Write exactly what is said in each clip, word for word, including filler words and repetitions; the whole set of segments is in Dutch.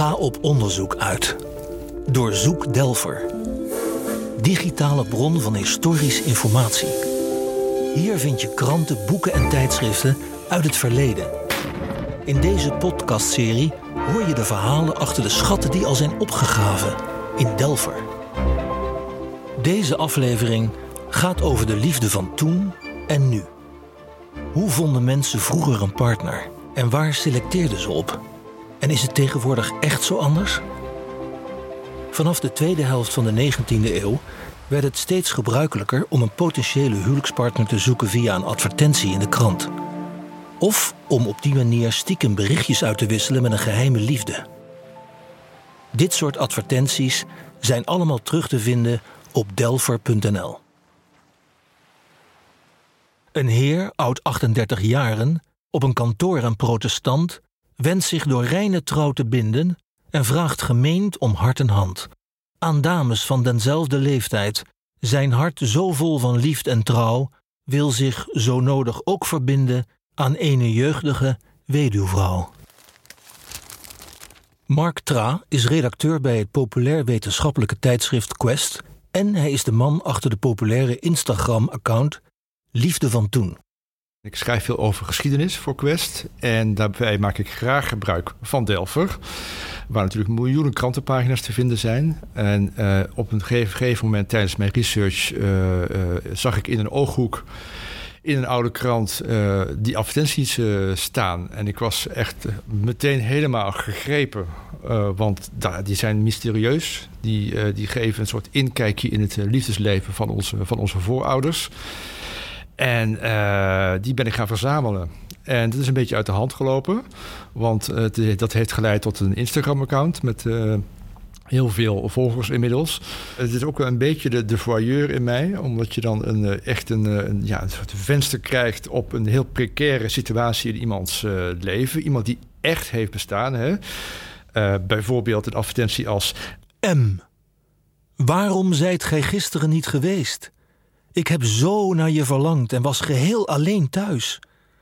Ga op onderzoek uit. Doorzoek Delver. Digitale bron van historische informatie. Hier vind je kranten, boeken en tijdschriften uit het verleden. In deze podcastserie hoor je de verhalen achter de schatten die al zijn opgegraven in Delver. Deze aflevering gaat over de liefde van toen en nu. Hoe vonden mensen vroeger een partner en waar selecteerden ze op? En is het tegenwoordig echt zo anders? Vanaf de tweede helft van de negentiende eeuw werd het steeds gebruikelijker om een potentiële huwelijkspartner te zoeken via een advertentie in de krant. Of om op die manier stiekem berichtjes uit te wisselen met een geheime liefde. Dit soort advertenties zijn allemaal terug te vinden op delver punt n l. Een heer, oud achtendertig jaren, op een kantoor aan protestant, wenst zich door reine trouw te binden en vraagt gemeend om hart en hand. Aan dames van denzelfde leeftijd, zijn hart zo vol van liefde en trouw, wil zich zo nodig ook verbinden aan ene jeugdige weduwvrouw. Mark Tra is redacteur bij het populair wetenschappelijke tijdschrift Quest en hij is de man achter de populaire Instagram-account Liefde van Toen. Ik schrijf veel over geschiedenis voor Quest en daarbij maak ik graag gebruik van Delver, waar natuurlijk miljoenen krantenpagina's te vinden zijn. En uh, op een gegeven, gegeven moment tijdens mijn research uh, uh, zag ik in een ooghoek in een oude krant uh, die advertenties uh, staan. En ik was echt meteen helemaal gegrepen, uh, want da- die zijn mysterieus. Die, uh, die geven een soort inkijkje in het uh, liefdesleven van onze, van onze voorouders. En uh, die ben ik gaan verzamelen. En dat is een beetje uit de hand gelopen. Want uh, t- dat heeft geleid tot een Instagram-account met uh, heel veel volgers inmiddels. Het is ook wel een beetje de, de voyeur in mij. Omdat je dan een, uh, echt een, een, ja, een soort venster krijgt op een heel precaire situatie in iemands uh, leven. Iemand die echt heeft bestaan. Hè? Uh, bijvoorbeeld een advertentie als M. Waarom zijt gij gisteren niet geweest? Ik heb zo naar je verlangd en was geheel alleen thuis.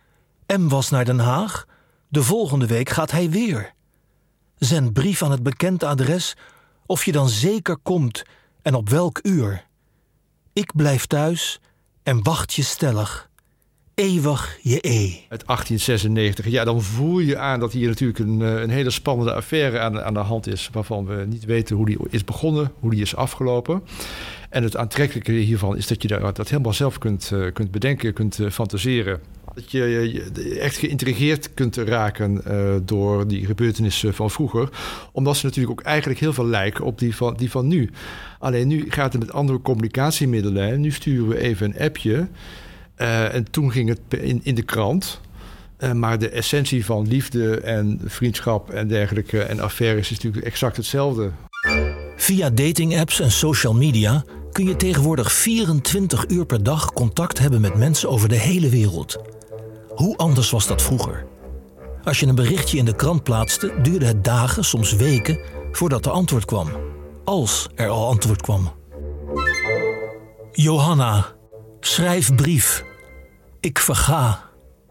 M was naar Den Haag. De volgende week gaat hij weer. Zend brief aan het bekende adres of je dan zeker komt en op welk uur. Ik blijf thuis en wacht je stellig. Eeuwig je E. uit achttien zesennegentig. Ja, dan voel je aan dat hier natuurlijk een, een hele spannende affaire aan, aan de hand is, waarvan we niet weten hoe die is begonnen, hoe die is afgelopen. En het aantrekkelijke hiervan is dat je dat, dat helemaal zelf kunt, uh, kunt bedenken, kunt uh, fantaseren. Dat je, je echt geïntrigeerd kunt raken uh, door die gebeurtenissen van vroeger. Omdat ze natuurlijk ook eigenlijk heel veel lijken op die van, die van nu. Alleen nu gaat het met andere communicatiemiddelen. Nu sturen we even een appje. Uh, en toen ging het in, in de krant. Uh, maar de essentie van liefde en vriendschap en dergelijke en affaires is natuurlijk exact hetzelfde. Via datingapps en social media kun je tegenwoordig vierentwintig uur per dag contact hebben met mensen over de hele wereld. Hoe anders was dat vroeger? Als je een berichtje in de krant plaatste, duurde het dagen, soms weken, voordat er antwoord kwam. Als er al antwoord kwam. Johanna, schrijf brief. Ik verga.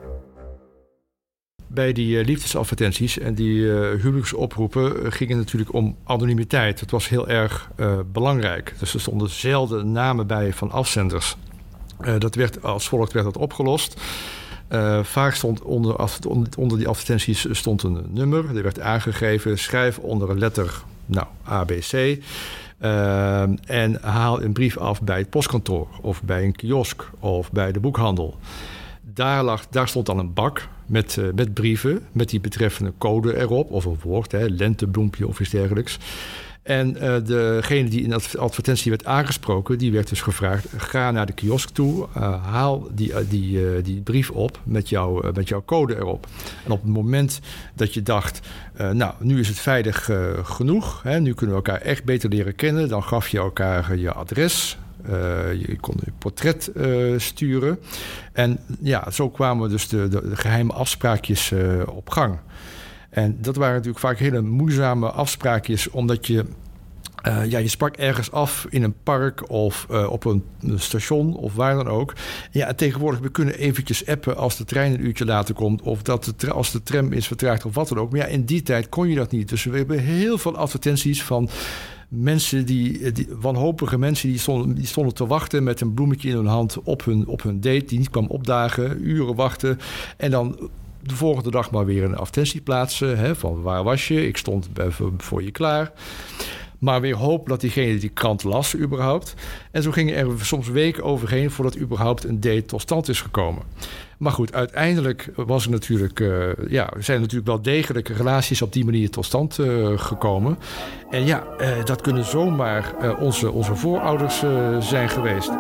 Bij die uh, liefdesadvertenties en die uh, huwelijksoproepen uh, ging het natuurlijk om anonimiteit. Het was heel erg uh, belangrijk. Dus er stonden zelden namen bij van afzenders. Uh, dat werd, als volgt werd dat opgelost. Uh, vaak stond onder, onder die advertenties stond een nummer. Er werd aangegeven, schrijf onder een letter, nou, A, B, C. Uh, en haal een brief af bij het postkantoor of bij een kiosk of bij de boekhandel. Daar, lag, daar stond dan een bak met, uh, met brieven met die betreffende code erop. Of een woord, hè, lentebloempje of iets dergelijks. En uh, degene die in de advertentie werd aangesproken, die werd dus gevraagd, ga naar de kiosk toe, uh, haal die, uh, die, uh, die brief op met, jou, uh, met jouw code erop. En op het moment dat je dacht, uh, nou, nu is het veilig uh, genoeg, hè, nu kunnen we elkaar echt beter leren kennen, dan gaf je elkaar uh, je adres. Uh, je kon je portret uh, sturen. En ja, zo kwamen dus de, de, de geheime afspraakjes uh, op gang. En dat waren natuurlijk vaak hele moeizame afspraakjes, omdat je Uh, ja, je sprak ergens af in een park of uh, op een, een station of waar dan ook. Ja, en tegenwoordig, we kunnen eventjes appen als de trein een uurtje later komt... of dat de tra- als de tram is vertraagd of wat dan ook. Maar ja, in die tijd kon je dat niet. Dus we hebben heel veel advertenties van mensen die, die wanhopige mensen... Die stonden, die stonden te wachten met een bloemetje in hun hand op hun, op hun date... die niet kwam opdagen, uren wachten en dan... de volgende dag maar weer een advertentie plaatsen. Hè, van waar was je? Ik stond voor je klaar. Maar weer hoop dat diegene die krant las überhaupt. En zo gingen er soms weken overheen... voordat überhaupt een date tot stand is gekomen. Maar goed, uiteindelijk was er natuurlijk, uh, ja, zijn er natuurlijk wel degelijke relaties... op die manier tot stand uh, gekomen. En ja, uh, dat kunnen zomaar uh, onze, onze voorouders uh, zijn geweest.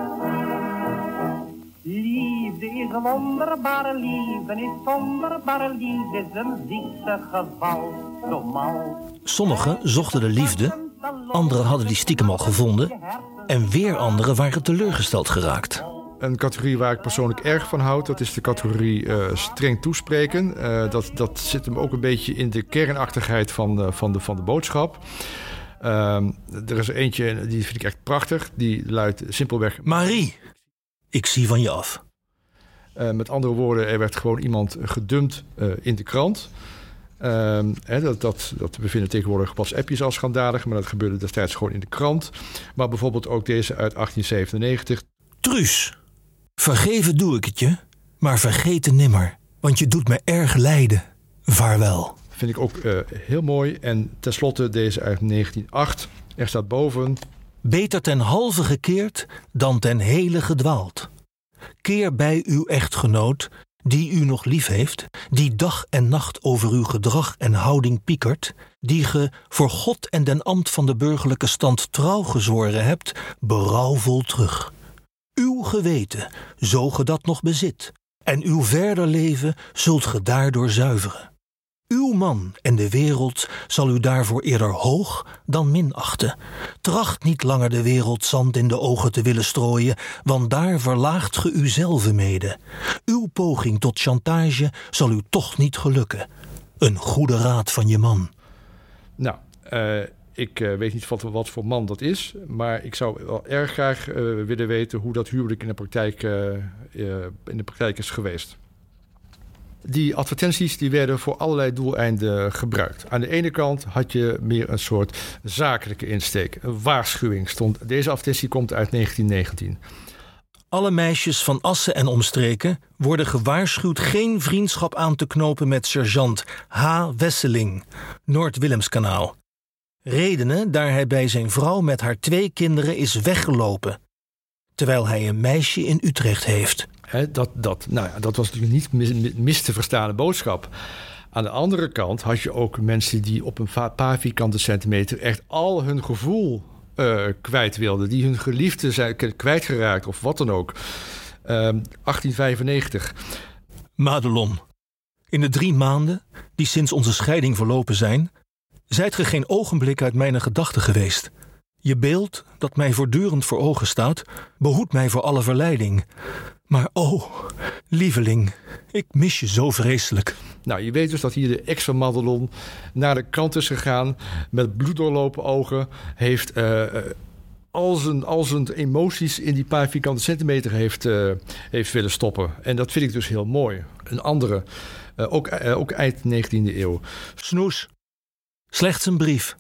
Liefde is een wonderbare liefde, is wonderbare liefde, is een ziektegeval, normaal. Sommigen zochten de liefde, anderen hadden die stiekem al gevonden... en weer anderen waren teleurgesteld geraakt. Een categorie waar ik persoonlijk erg van houd... dat is de categorie uh, streng toespreken. Uh, dat, dat zit hem ook een beetje in de kernachtigheid van, uh, van, de, van de boodschap. Uh, er is er eentje, die vind ik echt prachtig. Die luidt simpelweg... Marie, ik zie van je af. Uh, met andere woorden, er werd gewoon iemand gedumpt uh, in de krant... Uh, hè, dat, dat, dat we vinden tegenwoordig WhatsAppjes als schandalig... maar dat gebeurde destijds gewoon in de krant. Maar bijvoorbeeld ook deze uit achttien zevenennegentig. Truus, vergeven doe ik het je, maar vergeten nimmer. Want je doet me erg lijden. Vaarwel. Vind ik ook uh, heel mooi. En tenslotte deze uit negentien nul acht. Er staat boven... Beter ten halve gekeerd dan ten hele gedwaald. Keer bij uw echtgenoot... die u nog lief heeft, die dag en nacht over uw gedrag en houding piekert, die ge voor God en den ambt van de burgerlijke stand trouw gezworen hebt, berouwvol terug. Uw geweten, zo ge dat nog bezit, en uw verder leven zult ge daardoor zuiveren. Uw man en de wereld zal u daarvoor eerder hoog dan minachten. Tracht niet langer de wereld zand in de ogen te willen strooien, want daar verlaagt ge uzelve mede. Uw poging tot chantage zal u toch niet gelukken. Een goede raad van je man. Nou, uh, ik uh, weet niet wat, wat voor man dat is, maar ik zou wel erg graag uh, willen weten hoe dat huwelijk in de praktijk, uh, uh, in de praktijk is geweest. Die advertenties die werden voor allerlei doeleinden gebruikt. Aan de ene kant had je meer een soort zakelijke insteek. Een waarschuwing stond. Deze advertentie komt uit negentien negentien. Alle meisjes van Assen en omstreken worden gewaarschuwd geen vriendschap aan te knopen met sergeant H. Wesseling, Noord-Willemskanaal. Redenen daar hij bij zijn vrouw met haar twee kinderen is weggelopen, terwijl hij een meisje in Utrecht heeft. He, dat, dat, nou ja, dat was natuurlijk niet mis, mis te verstaande boodschap. Aan de andere kant had je ook mensen die op een paar vierkante centimeter echt al hun gevoel uh, kwijt wilden. Die hun geliefde zijn kwijtgeraakt of wat dan ook. Uh, achttien vijfennegentig. Madelon, in de drie maanden die sinds onze scheiding verlopen zijn, zijt ge geen ogenblik uit mijn gedachten geweest. Je beeld, dat mij voortdurend voor ogen staat, behoedt mij voor alle verleiding. Maar oh, lieveling, ik mis je zo vreselijk. Nou, je weet dus dat hier de ex van Madelon naar de kant is gegaan, met bloeddoorlopen ogen, heeft uh, al, zijn, al zijn emoties in die paar vierkante centimeter heeft, uh, heeft willen stoppen. En dat vind ik dus heel mooi. Een andere, uh, ook, uh, ook eind negentiende eeuw. Snoes, slechts een brief.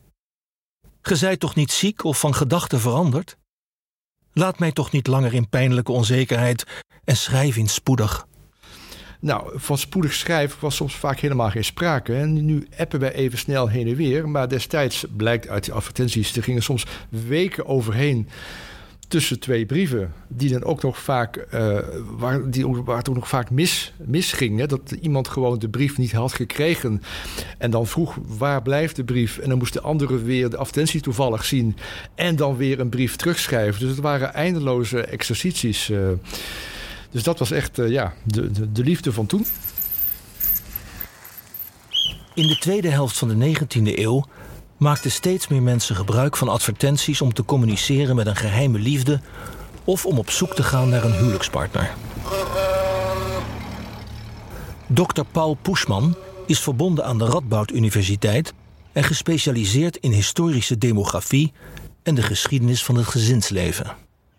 Ge zijt toch niet ziek of van gedachten veranderd? Laat mij toch niet langer in pijnlijke onzekerheid en schrijf eens spoedig. Nou, van spoedig schrijven was soms vaak helemaal geen sprake. En nu appen wij even snel heen en weer. Maar destijds blijkt uit die advertenties, er gingen soms weken overheen tussen twee brieven, die dan ook nog vaak, uh, waar, die, waar het ook nog vaak mis, misging. Hè? Dat iemand gewoon de brief niet had gekregen. En dan vroeg, waar blijft de brief? En dan moest de andere weer de advertentie toevallig zien. En dan weer een brief terugschrijven. Dus het waren eindeloze exercities. Uh, dus dat was echt uh, ja, de, de, de liefde van toen. In de tweede helft van de negentiende eeuw maakten steeds meer mensen gebruik van advertenties om te communiceren met een geheime liefde of om op zoek te gaan naar een huwelijkspartner. dokter Paul Poesman is verbonden aan de Radboud Universiteit en gespecialiseerd in historische demografie en de geschiedenis van het gezinsleven.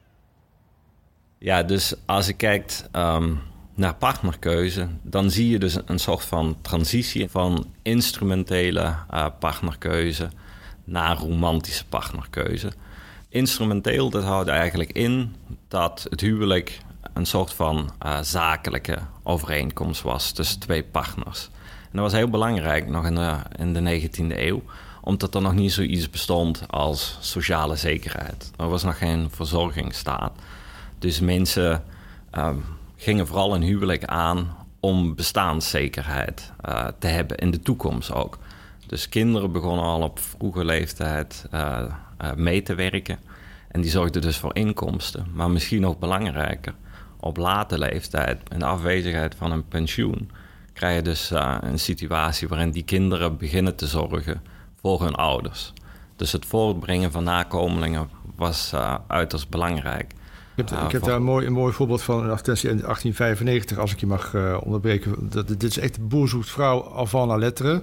Ja, dus als je kijkt um, naar partnerkeuze, dan zie je dus een soort van transitie van instrumentele uh, partnerkeuze naar romantische partnerkeuze. Instrumenteel, dat houdt eigenlijk in dat het huwelijk een soort van uh, zakelijke overeenkomst was tussen twee partners. En dat was heel belangrijk nog in de, in de negentiende eeuw, omdat er nog niet zoiets bestond als sociale zekerheid. Er was nog geen verzorgingsstaat. Dus mensen uh, gingen vooral een huwelijk aan om bestaanszekerheid uh, te hebben in de toekomst ook. Dus kinderen begonnen al op vroege leeftijd uh, uh, mee te werken. En die zorgden dus voor inkomsten. Maar misschien nog belangrijker, op late leeftijd, in de afwezigheid van een pensioen, krijg je dus uh, een situatie waarin die kinderen beginnen te zorgen voor hun ouders. Dus het voortbrengen van nakomelingen was uh, uiterst belangrijk. Ik heb, uh, ik heb daar een mooi, een mooi voorbeeld van, een advertentie in achttien vijfennegentig, als ik je mag uh, onderbreken. Dat, dit is echt boer zoekt vrouw avant la lettre.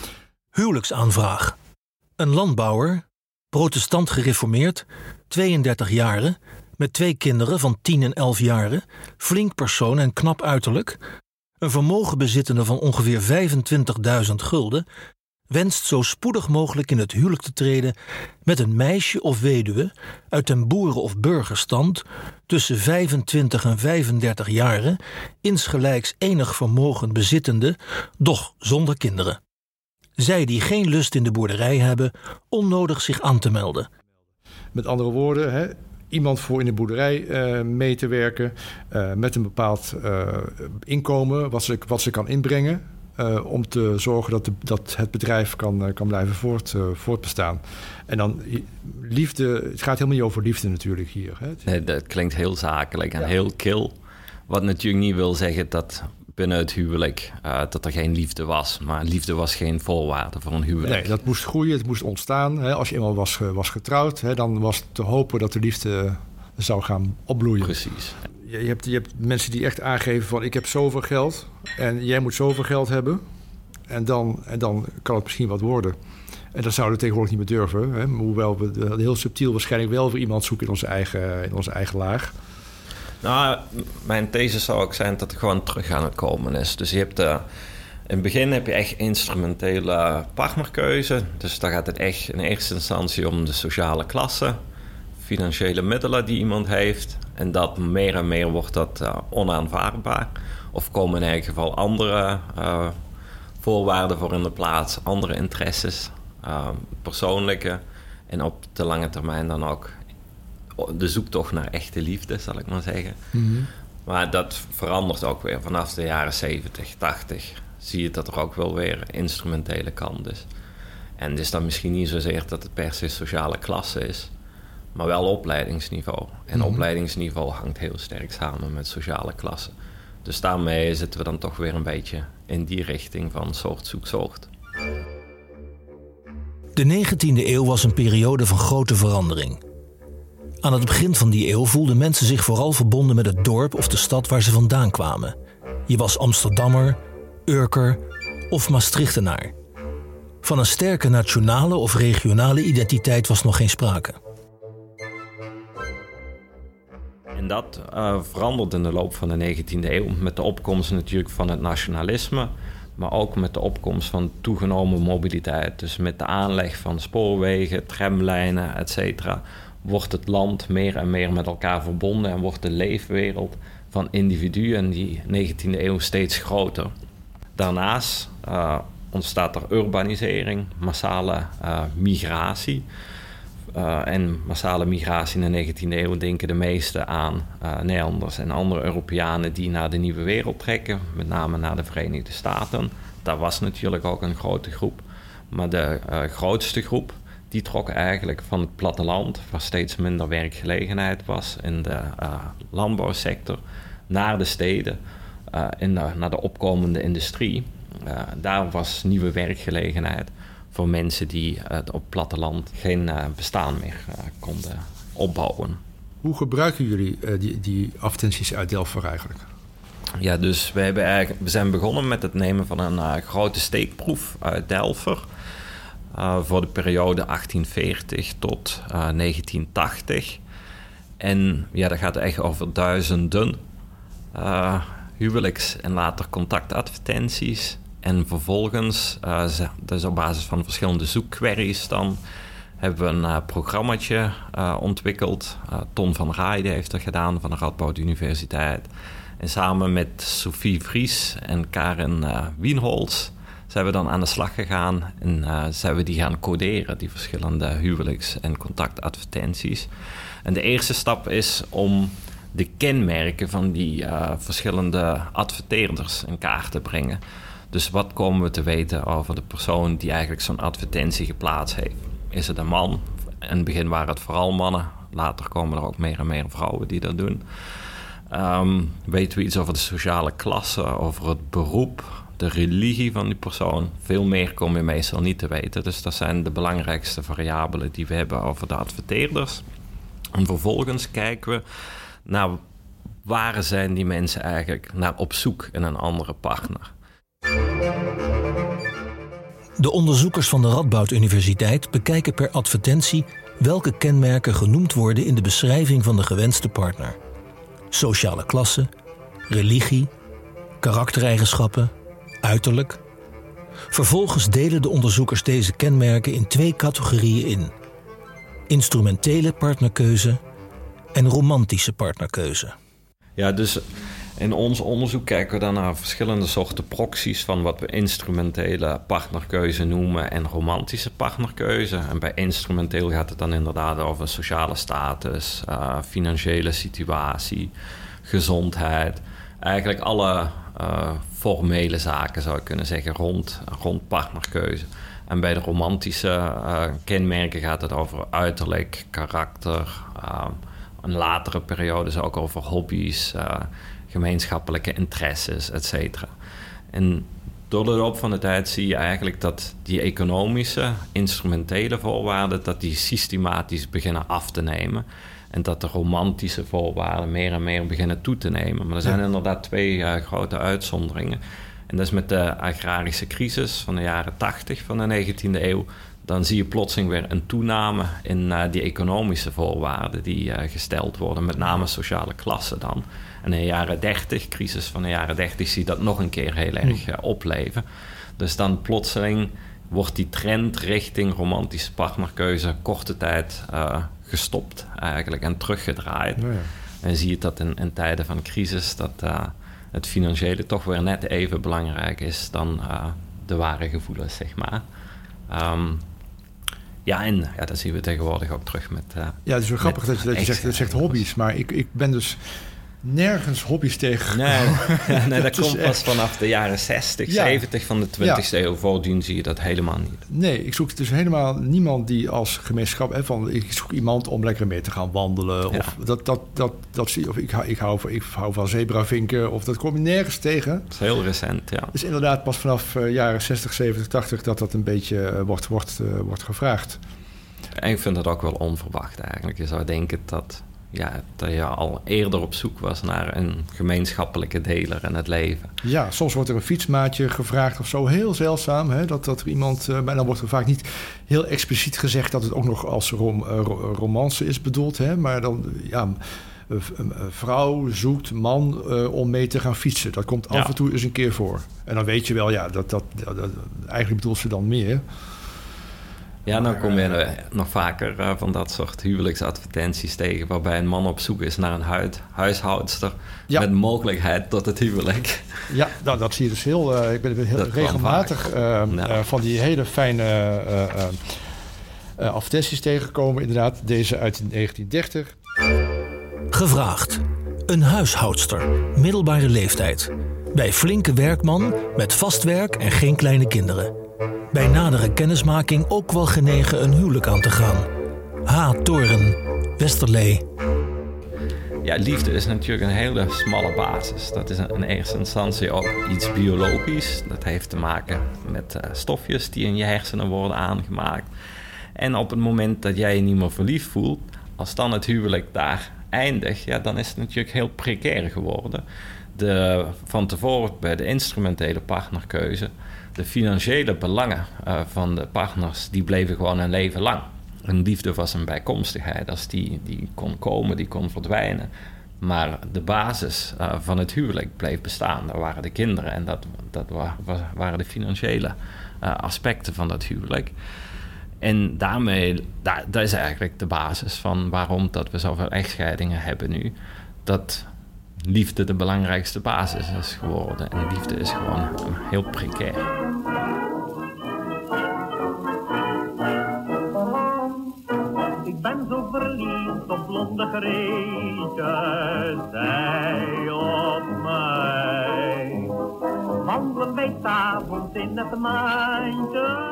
Huwelijksaanvraag. Een landbouwer, protestant gereformeerd, tweeëndertig jaren, met twee kinderen van tien en elf jaren, flink persoon en knap uiterlijk, een vermogen bezittende van ongeveer vijfentwintigduizend gulden, wenst zo spoedig mogelijk in het huwelijk te treden met een meisje of weduwe uit een boeren- of burgerstand tussen vijfentwintig en vijfendertig jaren, insgelijks enig vermogen bezittende, doch zonder kinderen. Zij die geen lust in de boerderij hebben, onnodig zich aan te melden. Met andere woorden, hè, iemand voor in de boerderij uh, mee te werken uh, met een bepaald uh, inkomen wat ze, wat ze kan inbrengen. Uh, om te zorgen dat, de, dat het bedrijf kan, uh, kan blijven voort, uh, voortbestaan. En dan liefde, het gaat helemaal niet over liefde natuurlijk hier. Hè? Nee, dat klinkt heel zakelijk en ja. heel kil. Wat natuurlijk niet wil zeggen dat binnen het huwelijk uh, dat er geen liefde was. Maar liefde was geen voorwaarde voor een huwelijk. Nee, dat moest groeien, het moest ontstaan. Hè? Als je eenmaal was, was getrouwd, hè, dan was het te hopen dat de liefde zou gaan opbloeien. Precies. Je hebt, je hebt mensen die echt aangeven van ik heb zoveel geld en jij moet zoveel geld hebben. En dan, en dan kan het misschien wat worden. En dat zouden we tegenwoordig niet meer durven. Hè? Hoewel we heel subtiel waarschijnlijk wel voor iemand zoeken in onze eigen, in onze eigen laag. Nou, mijn these zou ook zijn dat het gewoon terug aan het komen is. Dus je hebt uh, in het begin heb je echt instrumentele partnerkeuze. Dus dan gaat het echt in eerste instantie om de sociale klasse, financiële middelen die iemand heeft. En dat meer en meer wordt dat uh, onaanvaardbaar. Of komen in elk geval andere uh, voorwaarden voor in de plaats, andere interesses, uh, persoonlijke. En op de lange termijn dan ook de zoektocht naar echte liefde, zal ik maar zeggen. Mm-hmm. Maar dat verandert ook weer. Vanaf de jaren zeventig, tachtig zie je dat er ook wel weer instrumentele kant is. En dus dan misschien niet zozeer dat het per se sociale klasse is, maar wel opleidingsniveau. En mm-hmm. opleidingsniveau hangt heel sterk samen met sociale klasse. Dus daarmee zitten we dan toch weer een beetje in die richting van soort zoek soort. De negentiende eeuw was een periode van grote verandering. Aan het begin van die eeuw voelden mensen zich vooral verbonden met het dorp of de stad waar ze vandaan kwamen. Je was Amsterdammer, Urker of Maastrichtenaar. Van een sterke nationale of regionale identiteit was nog geen sprake. En dat uh, verandert in de loop van de negentiende eeuw met de opkomst natuurlijk van het nationalisme, maar ook met de opkomst van toegenomen mobiliteit. Dus met de aanleg van spoorwegen, tramlijnen, et cetera, wordt het land meer en meer met elkaar verbonden en wordt de leefwereld van individuen in die negentiende eeuw steeds groter. Daarnaast uh, ontstaat er urbanisering, massale uh, migratie. Uh, en massale migratie in de negentiende eeuw denken de meesten aan uh, Nederlanders en andere Europeanen die naar de nieuwe wereld trekken, met name naar de Verenigde Staten. Daar was natuurlijk ook een grote groep, maar de uh, grootste groep die trok eigenlijk van het platteland, waar steeds minder werkgelegenheid was in de uh, landbouwsector, naar de steden, uh, in de, naar de opkomende industrie. Uh, daar was nieuwe werkgelegenheid voor mensen die uh, op het platteland geen uh, bestaan meer uh, konden opbouwen. Hoe gebruiken jullie uh, die, die advertenties uit Delver eigenlijk? Ja, dus we, hebben eigenlijk, we zijn begonnen met het nemen van een uh, grote steekproef uit Delver. uh, voor de periode achttien veertig tot uh, negentien tachtig. En ja, dat gaat echt over duizenden uh, huwelijks- en later contactadvertenties. En vervolgens, uh, dus op basis van verschillende zoekqueries dan, hebben we een uh, programmaatje uh, ontwikkeld. Uh, Ton van Raaijden heeft dat gedaan van de Radboud Universiteit. En samen met Sophie Vries en Karen uh, Wienholz zijn we dan aan de slag gegaan. En uh, zijn we die gaan coderen, die verschillende huwelijks- en contactadvertenties. En de eerste stap is om de kenmerken van die uh, verschillende adverteerders in kaart te brengen. Dus wat komen we te weten over de persoon die eigenlijk zo'n advertentie geplaatst heeft? Is het een man? In het begin waren het vooral mannen. Later komen er ook meer en meer vrouwen die dat doen. Um, weten we iets over de sociale klasse, over het beroep, de religie van die persoon? Veel meer kom je meestal niet te weten. Dus dat zijn de belangrijkste variabelen die we hebben over de adverteerders. En vervolgens kijken we naar waar zijn die mensen eigenlijk naar op zoek in een andere partner. De onderzoekers van de Radboud Universiteit bekijken per advertentie welke kenmerken genoemd worden in de beschrijving van de gewenste partner. Sociale klasse, religie, karaktereigenschappen, uiterlijk. Vervolgens delen de onderzoekers deze kenmerken in twee categorieën in: instrumentele partnerkeuze en romantische partnerkeuze. Ja, dus in ons onderzoek kijken we dan naar verschillende soorten proxies van wat we instrumentele partnerkeuze noemen en romantische partnerkeuze. En bij instrumenteel gaat het dan inderdaad over sociale status, uh, financiële situatie, gezondheid. Eigenlijk alle uh, formele zaken zou ik kunnen zeggen rond, rond partnerkeuze. En bij de romantische uh, kenmerken gaat het over uiterlijk, karakter, uh, een latere periode is ook over hobby's, uh, gemeenschappelijke interesses, et cetera. En door de loop van de tijd zie je eigenlijk dat die economische, instrumentele voorwaarden, dat die systematisch beginnen af te nemen. En dat de romantische voorwaarden meer en meer beginnen toe te nemen. Maar er zijn inderdaad twee uh, grote uitzonderingen. En dat is met de agrarische crisis van de jaren tachtig van de negentiende eeuw. Dan zie je plotseling weer een toename in uh, die economische voorwaarden die uh, gesteld worden. Met name sociale klasse dan. En in de jaren dertig, crisis van de jaren dertig, zie je dat nog een keer heel erg uh, opleven. Dus dan plotseling wordt die trend richting romantische partnerkeuze korte tijd uh, gestopt eigenlijk en teruggedraaid. Ja, ja. En zie je dat in, in tijden van crisis dat uh, het financiële toch weer net even belangrijk is dan uh, de ware gevoelens, zeg maar. Um, ja, en ja, dat zien we tegenwoordig ook terug met... Uh, ja, het is wel grappig dat je, dat je zegt, dat zegt hobby's, maar ik, ik ben dus nergens hobby's tegengekomen. Nee, nee dat, dat komt pas echt vanaf de jaren zestig, ja. zeventig van de twintigste ja. eeuw. Voordien zie je dat helemaal niet. Nee, ik zoek dus helemaal niemand die als gemeenschap... Hè, van, ik zoek iemand om lekker mee te gaan wandelen. Ja. Of, dat, dat, dat, dat zie, of ik, ik, hou van, ik hou van zebravinken. Of dat kom je nergens tegen. Dat is heel recent, ja. Dus inderdaad pas vanaf uh, jaren zestig, zeventig, tachtig... dat dat een beetje uh, wordt, wordt, uh, wordt gevraagd. En ik vind dat ook wel onverwacht eigenlijk. Je zou denken dat... Ja, dat je al eerder op zoek was naar een gemeenschappelijke deler in het leven. Ja, soms wordt er een fietsmaatje gevraagd of zo. Heel zeldzaam, hè, dat, dat er iemand... Uh, en dan wordt er vaak niet heel expliciet gezegd... dat het ook nog als rom, uh, romance is bedoeld. Hè, maar dan, ja... Een vrouw zoekt man uh, om mee te gaan fietsen. Dat komt af ja. en toe eens een keer voor. En dan weet je wel, ja, dat, dat, dat, dat eigenlijk bedoelt ze dan meer... Ja, dan kom je uh, nog vaker uh, van dat soort huwelijksadvertenties tegen... waarbij een man op zoek is naar een huid, huishoudster... Ja. met mogelijkheid tot het huwelijk. Ja, nou, dat zie je dus heel... Uh, ik ben heel regelmatig uh, ja. uh, van die hele fijne uh, uh, uh, advertenties tegengekomen. Inderdaad, deze uit negentien dertig. Gevraagd. Een huishoudster, middelbare leeftijd. Bij flinke werkman, met vast werk en geen kleine kinderen. Bij nadere kennismaking ook wel genegen een huwelijk aan te gaan. H. Toren, Westerlee. Ja, liefde is natuurlijk een hele smalle basis. Dat is in eerste instantie ook iets biologisch. Dat heeft te maken met uh, stofjes die in je hersenen worden aangemaakt. En op het moment dat jij je niet meer verliefd voelt... als dan het huwelijk daar eindigt... Ja, dan is het natuurlijk heel precair geworden. De, van tevoren bij de instrumentele partnerkeuze... de financiële belangen uh, van de partners, die bleven gewoon een leven lang. Een liefde was een bijkomstigheid. Als die, die kon komen, die kon verdwijnen. Maar de basis uh, van het huwelijk bleef bestaan. Dat waren de kinderen en dat, dat wa- waren de financiële uh, aspecten van dat huwelijk. En daarmee, dat, dat is eigenlijk de basis van waarom dat we zoveel echtscheidingen hebben nu. Dat liefde de belangrijkste basis is geworden. En liefde is gewoon heel precair. Ik ben zo verliefd op blonde Grete, zij op mij. Wandelen wij 's avonds in het maantje.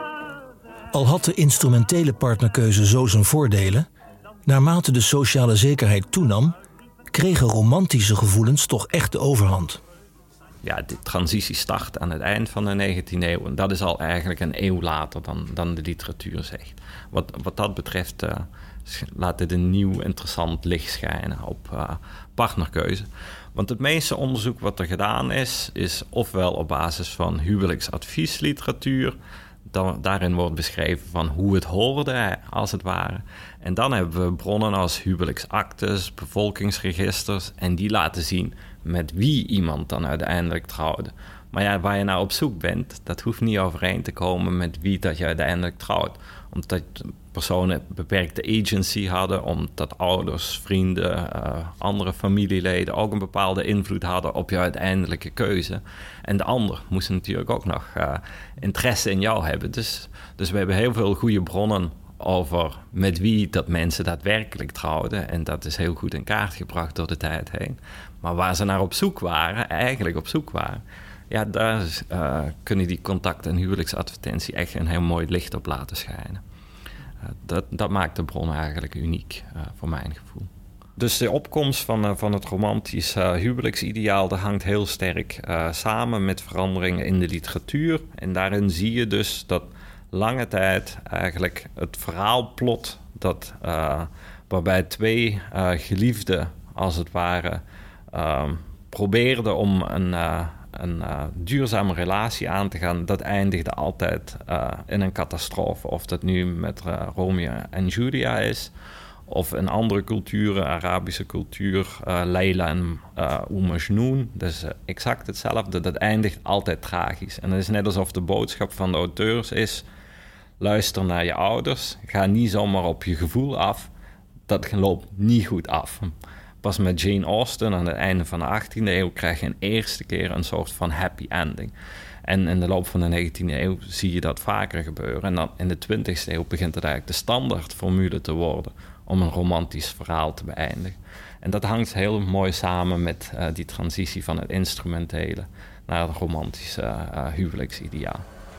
Al had de instrumentele partnerkeuze zo zijn voordelen, naarmate de sociale zekerheid toenam, kregen romantische gevoelens toch echt de overhand. Ja, de transitie start aan het eind van de negentiende eeuw. En dat is al eigenlijk een eeuw later dan, dan de literatuur zegt. Wat, wat dat betreft uh, laat dit een nieuw interessant licht schijnen op uh, partnerkeuze. Want het meeste onderzoek wat er gedaan is, is ofwel op basis van huwelijksadviesliteratuur. Dan, daarin wordt beschreven van hoe het hoorde, als het ware. En dan hebben we bronnen als huwelijksaktes, bevolkingsregisters. En die laten zien met wie iemand dan uiteindelijk trouwde. Maar ja, waar je nou op zoek bent, dat hoeft niet overeen te komen met wie dat je uiteindelijk trouwt. Omdat personen beperkte agency hadden, omdat ouders, vrienden, uh, andere familieleden ook een bepaalde invloed hadden op je uiteindelijke keuze. En de ander moest natuurlijk ook nog uh, interesse in jou hebben. Dus, dus we hebben heel veel goede bronnen over met wie dat mensen daadwerkelijk trouwden. En dat is heel goed in kaart gebracht door de tijd heen. Maar waar ze naar op zoek waren, eigenlijk op zoek waren, ja, daar uh, kunnen die contact- en huwelijksadvertentie echt een heel mooi licht op laten schijnen. Uh, dat, dat maakt de bron eigenlijk uniek, uh, voor mijn gevoel. Dus de opkomst van, uh, van het romantisch uh, huwelijksideaal, dat hangt heel sterk uh, samen met veranderingen in de literatuur. En daarin zie je dus dat lange tijd eigenlijk het verhaalplot dat, uh, waarbij twee uh, geliefden, als het ware, uh, probeerden om een, uh, een uh, duurzame relatie aan te gaan, dat eindigde altijd uh, in een catastrofe. Of dat nu met uh, Romeo en Julia is, of in andere culturen, Arabische cultuur, uh, Leila en uh, Majnun. Dat is uh, exact hetzelfde. Dat eindigt altijd tragisch. En het is net alsof de boodschap van de auteurs is: luister naar je ouders, ga niet zomaar op je gevoel af. Dat loopt niet goed af. Pas met Jane Austen aan het einde van de achttiende eeuw krijg je een eerste keer een soort van happy ending. En in de loop van de negentiende eeuw zie je dat vaker gebeuren. En dan in de twintigste eeuw begint het eigenlijk de standaardformule te worden om een romantisch verhaal te beëindigen. En dat hangt heel mooi samen met uh, die transitie van het instrumentele naar het romantische uh, huwelijksideaal.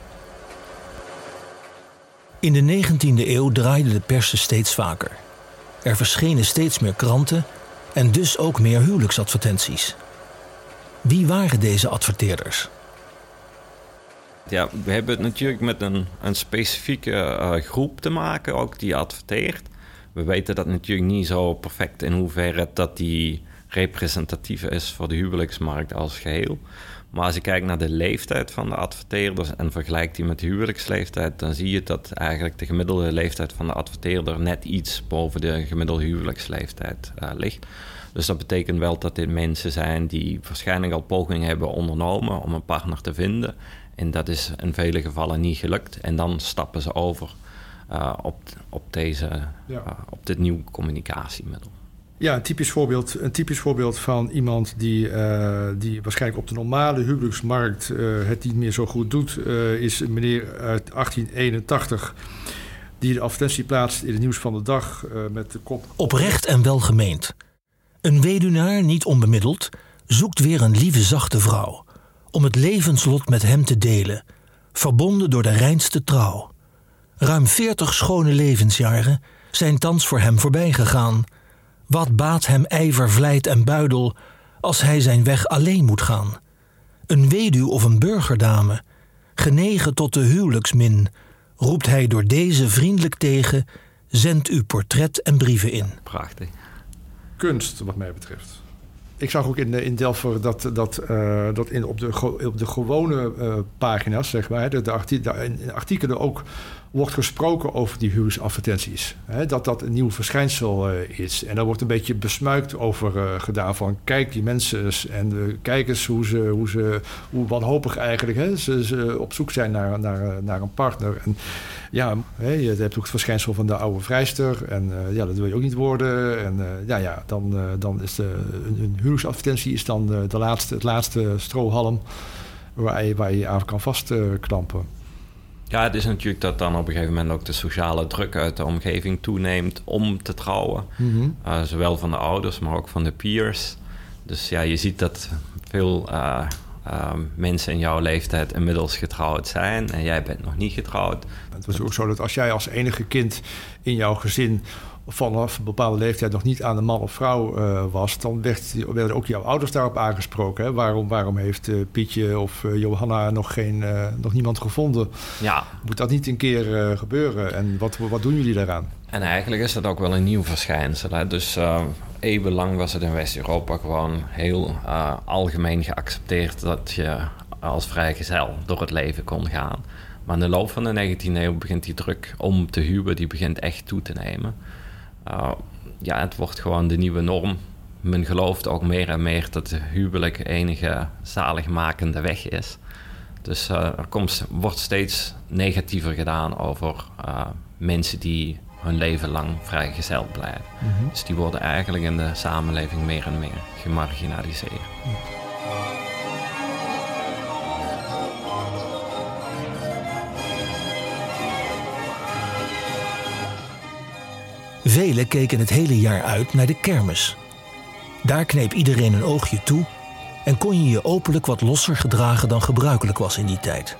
In de negentiende eeuw draaide de persen steeds vaker. Er verschenen steeds meer kranten en dus ook meer huwelijksadvertenties. Wie waren deze adverteerders? Ja, we hebben het natuurlijk met een, een specifieke uh, groep te maken, ook die adverteert. We weten dat natuurlijk niet zo perfect in hoeverre dat die representatief is voor de huwelijksmarkt als geheel. Maar als je kijkt naar de leeftijd van de adverteerders en vergelijkt die met de huwelijksleeftijd, dan zie je dat eigenlijk de gemiddelde leeftijd van de adverteerder net iets boven de gemiddelde huwelijksleeftijd uh, ligt. Dus dat betekent wel dat dit mensen zijn die waarschijnlijk al pogingen hebben ondernomen om een partner te vinden. En dat is in vele gevallen niet gelukt. En dan stappen ze over uh, op, op, deze, ja. uh, op dit nieuwe communicatiemiddel. Ja, een typisch voorbeeld, een typisch voorbeeld van iemand die, uh, die waarschijnlijk op de normale huwelijksmarkt uh, het niet meer zo goed doet, uh, is een meneer uit achttien eenentachtig die de advertentie plaatst in het Nieuws van de Dag uh, met de kop: Oprecht en welgemeend. Een weduwnaar, niet onbemiddeld, zoekt weer een lieve zachte vrouw om het levenslot met hem te delen, verbonden door de reinste trouw. Ruim veertig schone levensjaren zijn thans voor hem voorbij gegaan. Wat baat hem ijver, vlijt en buidel als hij zijn weg alleen moet gaan? Een weduw of een burgerdame, genegen tot de huwelijksmin, roept hij door deze vriendelijk tegen: zend uw portret en brieven in. Prachtig. Kunst, wat mij betreft. Ik zag ook in, in Delver dat, dat, uh, dat in, op, de, op de gewone uh, pagina's, zeg maar, de, de, arti- de in artikelen ook wordt gesproken over die huwelijksadvertenties. Hè, dat dat een nieuw verschijnsel uh, is. En daar wordt een beetje besmuikt over uh, gedaan van kijk die mensen en uh, kijk eens hoe ze, hoe ze hoe wanhopig eigenlijk hè, ze, ze op zoek zijn naar, naar, naar een partner. En ja, hè, je hebt ook het verschijnsel van de oude vrijster en uh, ja, dat wil je ook niet worden. En uh, ja, ja, dan, uh, dan is de, een, een huwelijksadvertentie is dan de, de laatste, het laatste strohalm waar je, waar je aan kan vastklampen. Uh, Ja, het is natuurlijk dat dan op een gegeven moment ook de sociale druk uit de omgeving toeneemt om te trouwen. Mm-hmm. Uh, zowel van de ouders, maar ook van de peers. Dus ja, je ziet dat veel uh, uh, mensen in jouw leeftijd inmiddels getrouwd zijn en jij bent nog niet getrouwd. Het was ook zo dat als jij als enige kind in jouw gezin vanaf een bepaalde leeftijd nog niet aan de man of vrouw uh, was, dan werd, werden ook jouw ouders daarop aangesproken. Hè? Waarom, waarom heeft uh, Pietje of uh, Johanna nog, geen, uh, nog niemand gevonden? Ja. Moet dat niet een keer uh, gebeuren? En wat, wat doen jullie daaraan? En eigenlijk is dat ook wel een nieuw verschijnsel. Hè? Dus uh, eeuwenlang was het in West-Europa gewoon heel uh, algemeen geaccepteerd dat je als vrijgezel door het leven kon gaan. Maar in de loop van de negentiende eeuw begint die druk om te huwen, die begint echt toe te nemen. Uh, ja, het wordt gewoon de nieuwe norm. Men gelooft ook meer en meer dat de huwelijk enige zaligmakende weg is. Dus uh, er komt, wordt steeds negatiever gedaan over uh, mensen die hun leven lang vrijgezel blijven. Mm-hmm. Dus die worden eigenlijk in de samenleving meer en meer gemarginaliseerd. Mm. Velen keken het hele jaar uit naar de kermis. Daar kneep iedereen een oogje toe en kon je je openlijk wat losser gedragen dan gebruikelijk was in die tijd.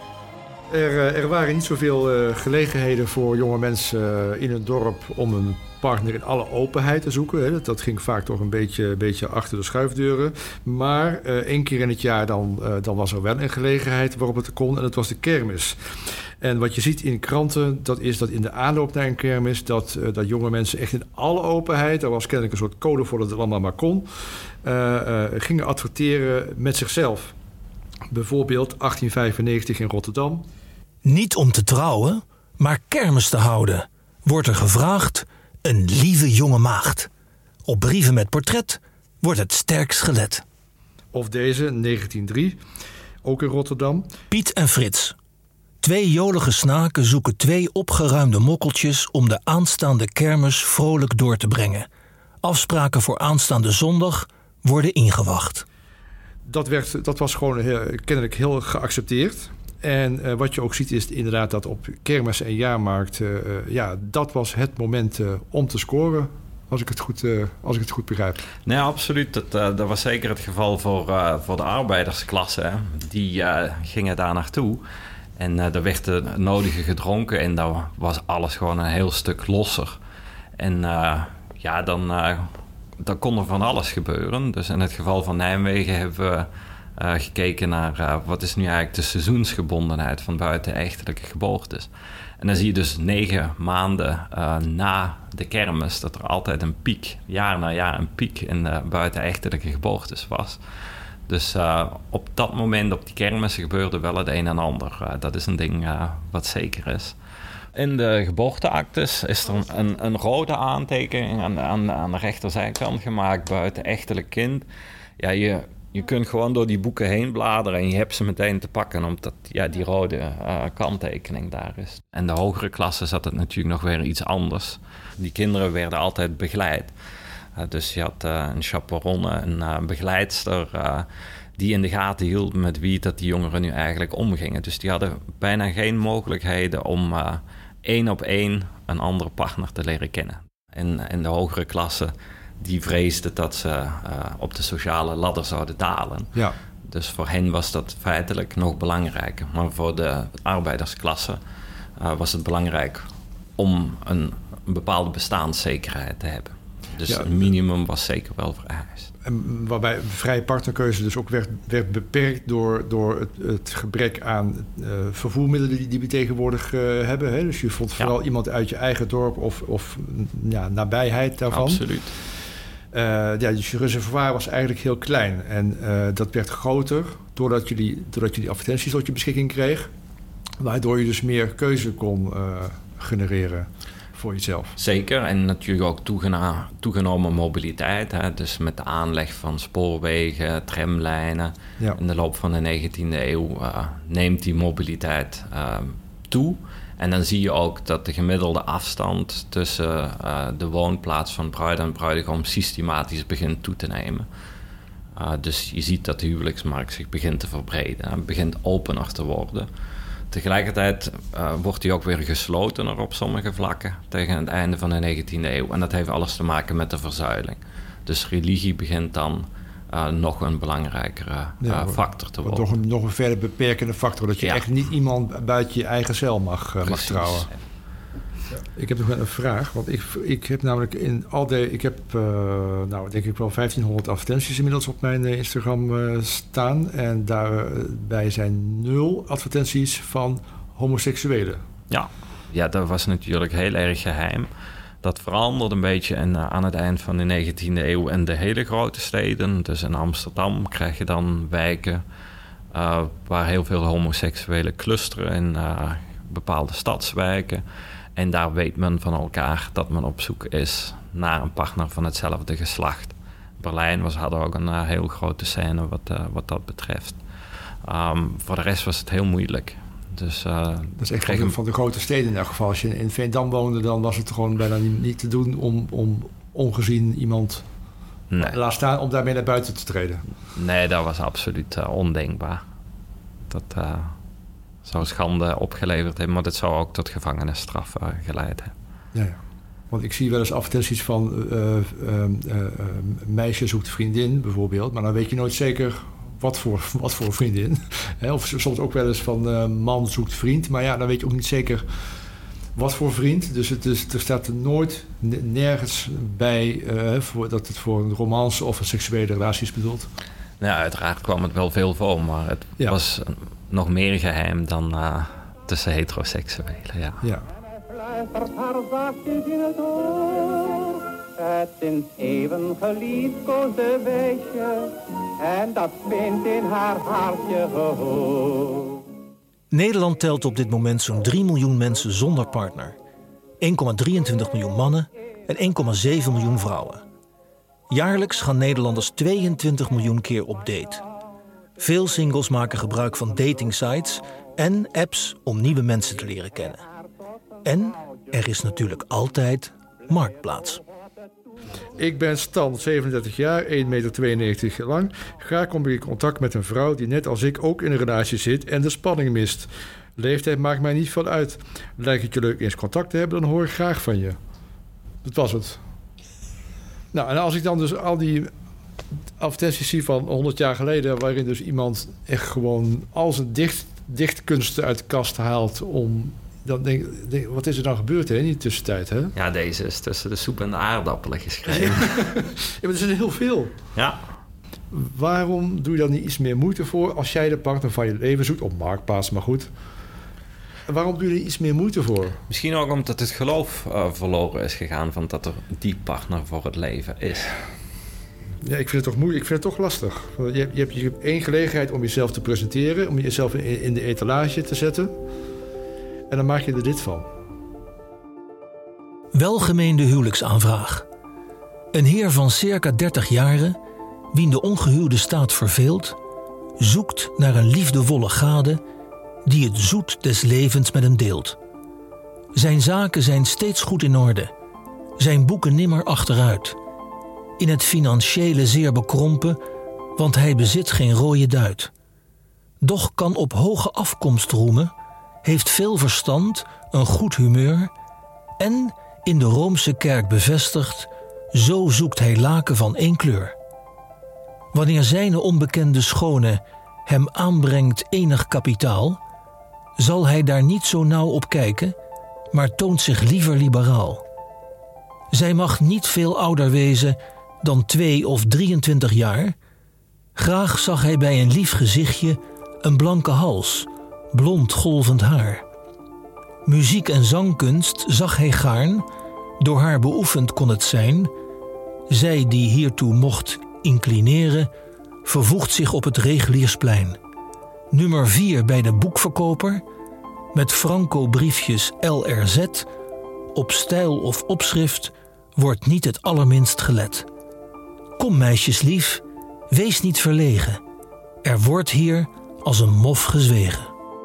Er, er waren niet zoveel uh, gelegenheden voor jonge mensen uh, in het dorp om een partner in alle openheid te zoeken. Hè. Dat, dat ging vaak toch een beetje, beetje achter de schuifdeuren. Maar uh, één keer in het jaar dan, uh, dan was er wel een gelegenheid waarop het kon en dat was de kermis. En wat je ziet in kranten, dat is dat in de aanloop naar een kermis, dat, uh, dat jonge mensen echt in alle openheid, er was kennelijk een soort code voor dat het allemaal maar kon, uh, uh, gingen adverteren met zichzelf. Bijvoorbeeld achttien vijfennegentig in Rotterdam. Niet om te trouwen, maar kermis te houden, wordt er gevraagd een lieve jonge maagd. Op brieven met portret wordt het sterkst gelet. Of deze, negentien drie, ook in Rotterdam. Piet en Frits. Twee jolige snaken zoeken twee opgeruimde mokkeltjes om de aanstaande kermis vrolijk door te brengen. Afspraken voor aanstaande zondag worden ingewacht. Dat, werd, dat was gewoon heel, kennelijk heel geaccepteerd. En uh, wat je ook ziet is inderdaad dat op kermis en jaarmarkt, uh, ja, dat was het moment uh, om te scoren. Als ik het goed, uh, als ik het goed begrijp. Nee, absoluut. Dat, uh, dat was zeker het geval voor, uh, voor de arbeidersklasse. Hè. Die uh, gingen daar naartoe. En uh, er werd de nodige gedronken en dan was alles gewoon een heel stuk losser. En uh, ja, dan, uh, dan kon er van alles gebeuren. Dus in het geval van Nijmegen hebben we uh, gekeken naar uh, wat is nu eigenlijk de seizoensgebondenheid van buitenechtelijke geboortes. En dan zie je dus negen maanden uh, na de kermis dat er altijd een piek, jaar na jaar een piek in de buitenechtelijke geboortes was. Dus uh, op dat moment, op die kermis, gebeurde wel het een en ander. Uh, dat is een ding uh, wat zeker is. In de geboorteactes is er een, een rode aantekening aan, aan, aan de rechterzijkant gemaakt, buitenechtelijk kind. Ja, je, je kunt gewoon door die boeken heen bladeren en je hebt ze meteen te pakken, omdat ja, die rode uh, kanttekening daar is. En de hogere klassen zat het natuurlijk nog weer iets anders. Die kinderen werden altijd begeleid. Uh, dus je had uh, een chaperonne, een uh, begeleidster uh, die in de gaten hield met wie dat die jongeren nu eigenlijk omgingen. Dus die hadden bijna geen mogelijkheden om uh, één op één een andere partner te leren kennen. En in de hogere klassen, die vreesden dat ze uh, op de sociale ladder zouden dalen. Ja. Dus voor hen was dat feitelijk nog belangrijker. Maar voor de arbeidersklasse uh, was het belangrijk om een, een bepaalde bestaanszekerheid te hebben. Dus ja, een minimum was zeker wel vereist. En waarbij vrije partnerkeuze dus ook werd, werd beperkt door, door het, het gebrek aan uh, vervoermiddelen die, die we tegenwoordig uh, hebben. Hè? Dus je vond vooral ja. iemand uit je eigen dorp of, of ja, nabijheid daarvan. Absoluut. Uh, ja, dus je reservoir was eigenlijk heel klein. En uh, dat werd groter doordat je, die, doordat je die advertenties tot je beschikking kreeg. Waardoor je dus meer keuze kon uh, genereren voor jezelf. Zeker, en natuurlijk ook toegena- toegenomen mobiliteit. Hè? Dus met de aanleg van spoorwegen, tramlijnen. Ja. In de loop van de negentiende eeuw uh, neemt die mobiliteit uh, toe. En dan zie je ook dat de gemiddelde afstand tussen uh, de woonplaats van bruid en bruidegom systematisch begint toe te nemen. Uh, dus je ziet dat de huwelijksmarkt zich begint te verbreden en begint opener te worden. Tegelijkertijd uh, wordt die ook weer geslotener op sommige vlakken tegen het einde van de negentiende eeuw. En dat heeft alles te maken met de verzuiling. Dus religie begint dan uh, nog een belangrijkere uh, ja, factor te worden. Nog een, nog een verder beperkende factor. Dat je ja. echt niet iemand buiten je eigen cel mag, uh, mag trouwen. Ja. Ik heb nog wel een vraag. Want ik, ik heb namelijk in al de... Ik heb uh, nou denk ik wel vijftienhonderd advertenties inmiddels op mijn uh, Instagram uh, staan. En daarbij zijn nul advertenties van homoseksuelen. Ja. ja, dat was natuurlijk heel erg geheim. Dat veranderde een beetje en, uh, aan het eind van de negentiende eeuw in de hele grote steden. Dus in Amsterdam krijg je dan wijken uh, waar heel veel homoseksuelen clusteren in uh, bepaalde stadswijken. En daar weet men van elkaar dat men op zoek is naar een partner van hetzelfde geslacht. Berlijn was, hadden ook een uh, heel grote scène wat, uh, wat dat betreft. Um, voor de rest was het heel moeilijk. Dus, uh, dat is echt van de, van de grote steden in elk geval. Als je in Veendam woonde, dan was het gewoon bijna niet, niet te doen om, om ongezien iemand nee. laat staan om daarmee naar buiten te treden. Nee, dat was absoluut uh, ondenkbaar. Dat uh, zou schande opgeleverd hebben, maar dat zou ook tot gevangenisstraf uh, geleid hebben. Ja, ja. Want ik zie wel eens advertenties van uh, uh, uh, uh, meisje zoekt vriendin bijvoorbeeld, maar dan weet je nooit zeker wat voor, wat voor vriendin. Of soms ook wel eens van uh, man zoekt vriend, maar ja, dan weet je ook niet zeker wat voor vriend. Dus het is, er staat er nooit nergens bij uh, voor, dat het voor een romance of een seksuele relatie is bedoeld. Nou, uiteraard kwam het wel veel voor, maar het ja. was nog meer geheim dan uh, tussen heteroseksuelen. Ja. ja. Het sinds even geliefkoosde weesje, en dat vindt in haar hartje gehoord. Nederland telt op dit moment zo'n drie miljoen mensen zonder partner. één komma drieëntwintig miljoen mannen en één komma zeven miljoen vrouwen. Jaarlijks gaan Nederlanders tweeëntwintig miljoen keer op date. Veel singles maken gebruik van datingsites en apps om nieuwe mensen te leren kennen. En er is natuurlijk altijd Marktplaats. Ik ben Stan, zevenendertig jaar, één komma tweeënnegentig meter lang. Graag kom ik in contact met een vrouw die net als ik ook in een relatie zit en de spanning mist. Leeftijd maakt mij niet veel uit. Lijkt het je leuk eens contact te hebben, dan hoor ik graag van je. Dat was het. Nou, en als ik dan dus al die advertenties zie van honderd jaar geleden, waarin dus iemand echt gewoon al zijn dicht, dichtkunsten uit de kast haalt om... Dan denk ik, wat is er dan gebeurd hè, in die tussentijd? Hè? Ja, deze is tussen de soep en de aardappelen geschreven. Ja, maar er is heel veel. Ja. Waarom doe je dan niet iets meer moeite voor als jij de partner van je leven zoekt? Op Marktplaats, maar goed. Waarom doe je er iets meer moeite voor? Misschien ook omdat het geloof uh, verloren is gegaan van dat er die partner voor het leven is. Ja, ik vind het toch moeilijk. Ik vind het toch lastig. Je hebt, je hebt, je hebt één gelegenheid om jezelf te presenteren, om jezelf in, in de etalage te zetten. En dan maak je er dit van. Welgemeende huwelijksaanvraag. Een heer van circa dertig jaren, wien de ongehuwde staat verveelt, zoekt naar een liefdevolle gade die het zoet des levens met hem deelt. Zijn zaken zijn steeds goed in orde, zijn boeken nimmer achteruit. In het financiële zeer bekrompen, want hij bezit geen rode duit. Doch kan op hoge afkomst roemen, heeft veel verstand, een goed humeur en, in de Roomse kerk bevestigd, zo zoekt hij laken van één kleur. Wanneer zijne onbekende schone hem aanbrengt enig kapitaal, zal hij daar niet zo nauw op kijken, maar toont zich liever liberaal. Zij mag niet veel ouder wezen dan twee of drieëntwintig jaar. Graag zag hij bij een lief gezichtje een blanke hals, blond golvend haar. Muziek en zangkunst zag hij gaarn, door haar beoefend kon het zijn. Zij die hiertoe mocht inclineren, vervoegt zich op het Reguliersplein. Nummer vier bij de boekverkoper, met franco-briefjes L R Z, op stijl of opschrift wordt niet het allerminst gelet. Kom meisjeslief, wees niet verlegen. Er wordt hier als een mof gezwegen.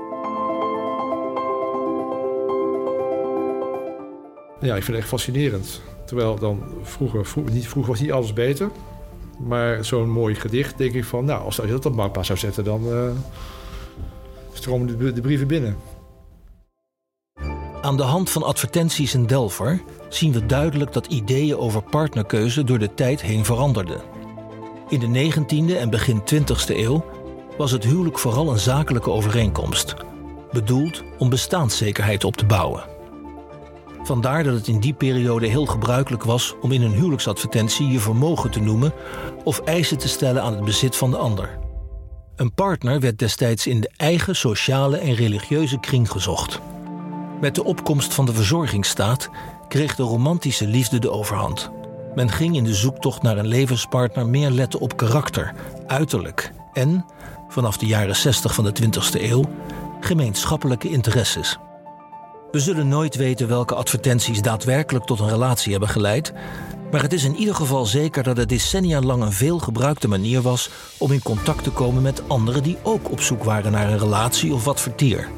Ja, ik vind het echt fascinerend. Terwijl dan vroeger, vroeger, niet, vroeger was niet alles beter. Maar zo'n mooi gedicht denk ik van, nou, als je dat op Marktplaats zou zetten, dan uh, stromen de, de brieven binnen. Aan de hand van advertenties in Delver zien we duidelijk dat ideeën over partnerkeuze door de tijd heen veranderden. In de negentiende en begin twintigste eeuw was het huwelijk vooral een zakelijke overeenkomst, bedoeld om bestaanszekerheid op te bouwen. Vandaar dat het in die periode heel gebruikelijk was om in een huwelijksadvertentie je vermogen te noemen of eisen te stellen aan het bezit van de ander. Een partner werd destijds in de eigen sociale en religieuze kring gezocht. Met de opkomst van de verzorgingsstaat kreeg de romantische liefde de overhand. Men ging in de zoektocht naar een levenspartner meer letten op karakter, uiterlijk en, vanaf de jaren zestig van de twintigste eeuw, gemeenschappelijke interesses. We zullen nooit weten welke advertenties daadwerkelijk tot een relatie hebben geleid, maar het is in ieder geval zeker dat het decennia lang een veelgebruikte manier was om in contact te komen met anderen die ook op zoek waren naar een relatie of wat vertier.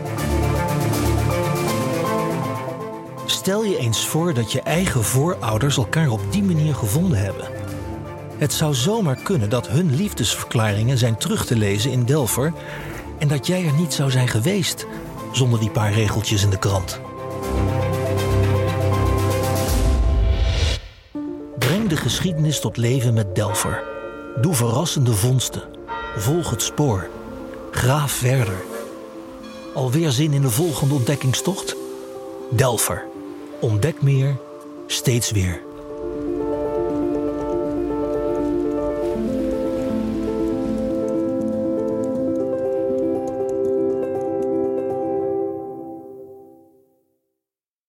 Stel je eens voor dat je eigen voorouders elkaar op die manier gevonden hebben. Het zou zomaar kunnen dat hun liefdesverklaringen zijn terug te lezen in Delver en dat jij er niet zou zijn geweest zonder die paar regeltjes in de krant. Breng de geschiedenis tot leven met Delver. Doe verrassende vondsten. Volg het spoor. Graaf verder. Alweer zin in de volgende ontdekkingstocht? Delver. Ontdek meer, steeds weer.